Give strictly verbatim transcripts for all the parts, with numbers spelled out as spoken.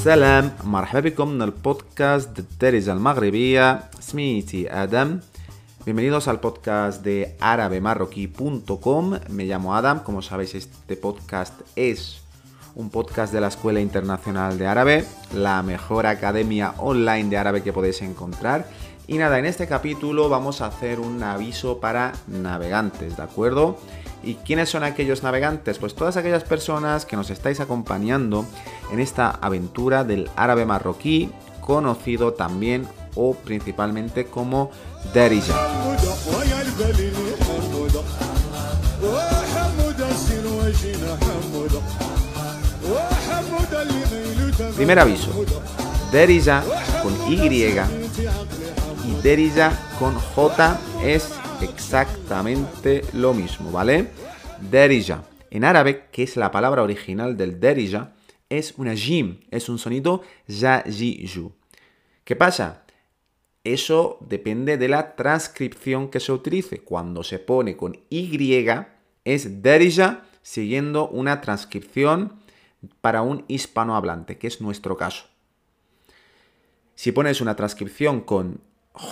سلام مرحبا بكم من البودكاست الدارجة المغربية. سميتي Adam. Bienvenidos al podcast de árabe marroquí punto com. Me llamo Adam. Como sabéis, este podcast es un podcast de la Escuela Internacional de Árabe, la mejor academia online de árabe que podéis encontrar. Y nada, en este capítulo vamos a hacer un aviso para navegantes, ¿de acuerdo? ¿Y quiénes son aquellos navegantes? Pues todas aquellas personas que nos estáis acompañando en esta aventura del árabe marroquí, conocido también o principalmente como Darija. Primer aviso, Darija con Y y Darija con J es exactamente lo mismo, ¿vale? Darija en árabe, que es la palabra original del Darija, es una jim, es un sonido ya, ji, yu. ¿Qué pasa? Eso depende de la transcripción que se utilice. Cuando se pone con Y es Darija siguiendo una transcripción para un hispanohablante, que es nuestro caso. Si pones una transcripción con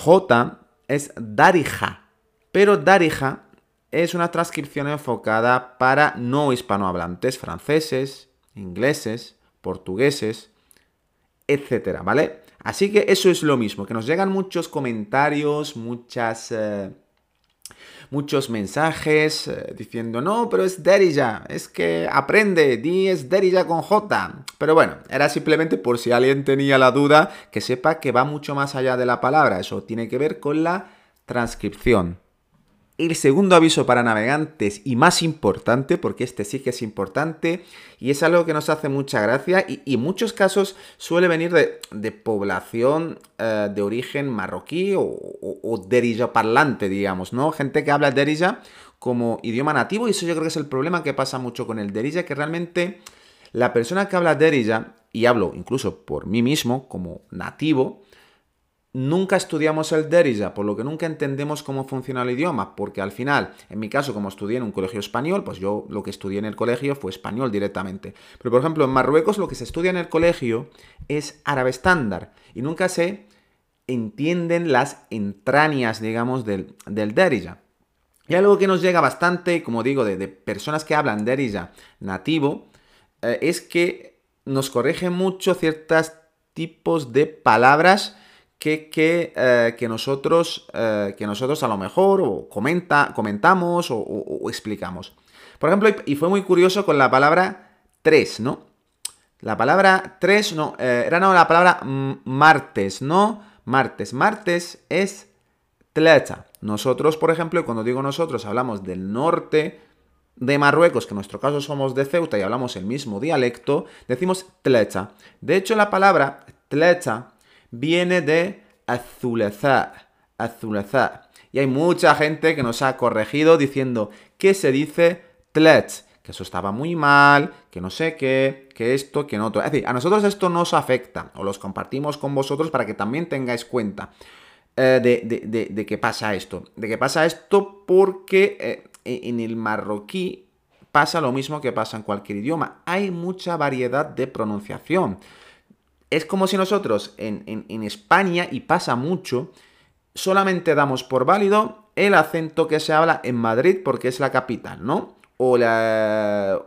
J es Darija, pero Darija es una transcripción enfocada para no hispanohablantes, franceses, ingleses, portugueses, etcétera, ¿vale? Así que eso es lo mismo, que nos llegan muchos comentarios, muchas, eh, muchos mensajes eh, diciendo, no, pero es Darija, es que aprende, di es Darija con J. Pero bueno, era simplemente por si alguien tenía la duda, que sepa que va mucho más allá de la palabra, eso tiene que ver con la transcripción. El segundo aviso para navegantes y más importante, porque este sí que es importante y es algo que nos hace mucha gracia y, y en muchos casos suele venir de, de población eh, de origen marroquí o, o, o Darija parlante, digamos, ¿no? Gente que habla Darija como idioma nativo y eso yo creo que es el problema que pasa mucho con el Darija, que realmente la persona que habla Darija, y hablo incluso por mí mismo como nativo, nunca estudiamos el Darija, por lo que nunca entendemos cómo funciona el idioma, porque al final, en mi caso, como estudié en un colegio español, pues yo lo que estudié en el colegio fue español directamente. Pero, por ejemplo, en Marruecos lo que se estudia en el colegio es árabe estándar y nunca se entienden las entrañas, digamos, del, del Darija. Y algo que nos llega bastante, como digo, de, de personas que hablan Darija nativo, eh, es que nos corrigen mucho ciertos tipos de palabras que, que, eh, que, nosotros, eh, que nosotros a lo mejor o comenta, comentamos o, o, o explicamos. Por ejemplo, y fue muy curioso con la palabra tres, ¿no? La palabra tres, no, eh, era no, la palabra martes, ¿no? Martes. Martes es tleta. Nosotros, por ejemplo, cuando digo nosotros, hablamos del norte de Marruecos, que en nuestro caso somos de Ceuta y hablamos el mismo dialecto, decimos tleta. De hecho, la palabra tleta viene de azuleza, azuleza. Y hay mucha gente que nos ha corregido diciendo que se dice tlet, que eso estaba muy mal, que no sé qué, que esto, que no otro. Es decir, a nosotros esto nos afecta, o los compartimos con vosotros para que también tengáis cuenta eh, de, de, de, de que pasa esto. De que pasa esto porque eh, en el marroquí pasa lo mismo que pasa en cualquier idioma. Hay mucha variedad de pronunciación. Es como si nosotros en, en, en España, y pasa mucho, solamente damos por válido el acento que se habla en Madrid porque es la capital, ¿no? O, la,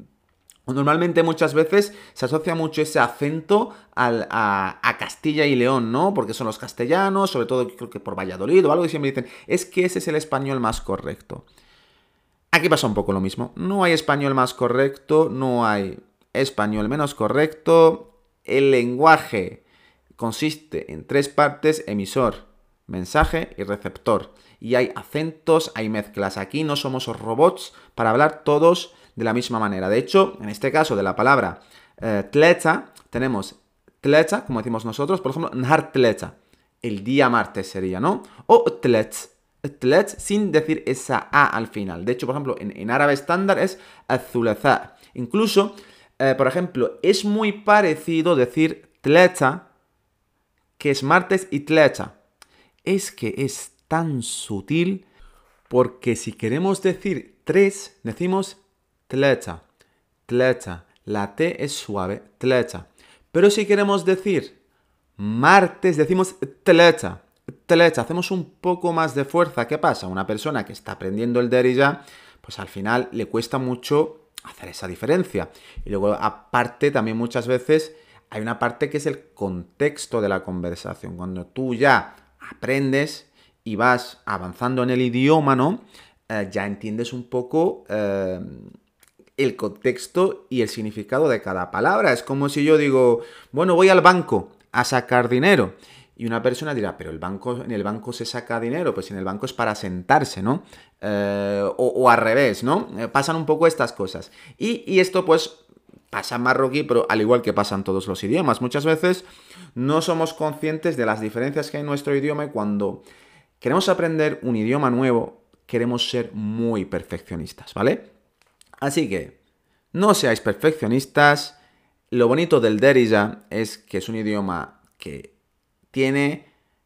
o normalmente muchas veces se asocia mucho ese acento al, a, a Castilla y León, ¿no? Porque son los castellanos, sobre todo creo que por Valladolid o algo, y siempre dicen, es que ese es el español más correcto. Aquí pasa un poco lo mismo. No hay español más correcto, no hay español menos correcto. El lenguaje consiste en tres partes: emisor, mensaje y receptor. Y hay acentos, hay mezclas. Aquí no somos robots para hablar todos de la misma manera. De hecho, en este caso de la palabra eh, tleta, tenemos tleta, como decimos nosotros, por ejemplo, nhar tleta, el día martes sería, ¿no? O tlet, tlet sin decir esa A al final. De hecho, por ejemplo, en, en árabe estándar es azuleza. Incluso, eh, por ejemplo, es muy parecido decir tleta, que es martes, y tleta. Es que es tan sutil porque si queremos decir tres, decimos tleta, tleta. La T es suave, tleta. Pero si queremos decir martes, decimos tleta, tleta, hacemos un poco más de fuerza. ¿Qué pasa? Una persona que está aprendiendo el derija, pues al final le cuesta mucho hacer esa diferencia. Y luego, aparte, también muchas veces hay una parte que es el contexto de la conversación. Cuando tú ya aprendes y vas avanzando en el idioma, ¿no? Eh, ya entiendes un poco eh, el contexto y el significado de cada palabra. Es como si yo digo, bueno, voy al banco a sacar dinero. Y una persona dirá, pero el banco, en el banco se saca dinero, pues en el banco es para sentarse, ¿no? Eh, o, o al revés, ¿no? Eh, pasan un poco estas cosas. Y, y esto, pues, pasa en marroquí, pero al igual que pasa en todos los idiomas. Muchas veces no somos conscientes de las diferencias que hay en nuestro idioma y cuando queremos aprender un idioma nuevo, queremos ser muy perfeccionistas, ¿vale? Así que, no seáis perfeccionistas. Lo bonito del derija es que es un idioma que tiene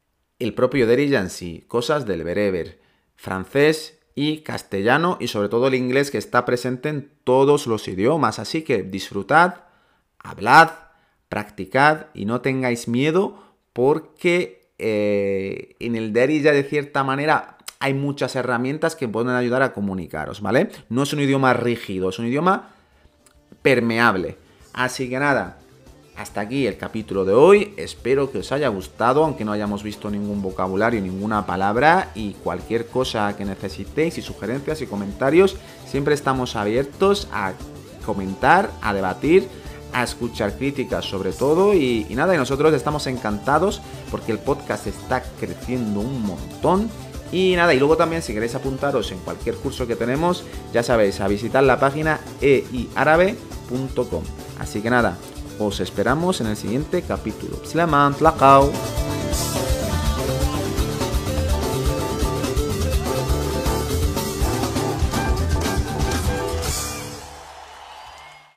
el propio derija en sí, cosas del bereber, francés y castellano y sobre todo el inglés que está presente en todos los idiomas. Así que disfrutad, hablad, practicad y no tengáis miedo porque eh, en el derija de cierta manera hay muchas herramientas que pueden ayudar a comunicaros, ¿vale? No es un idioma rígido, es un idioma permeable. Así que nada, hasta aquí el capítulo de hoy. Espero que os haya gustado, aunque no hayamos visto ningún vocabulario, ninguna palabra. Y cualquier cosa que necesitéis y sugerencias y comentarios, siempre estamos abiertos a comentar, a debatir, a escuchar críticas sobre todo. Y, y nada, y nosotros estamos encantados porque el podcast está creciendo un montón. Y nada, y luego también si queréis apuntaros en cualquier curso que tenemos, ya sabéis, a visitar la página e i árabe punto com. Así que nada, os esperamos en el siguiente capítulo. Bselaman, tlaqaw.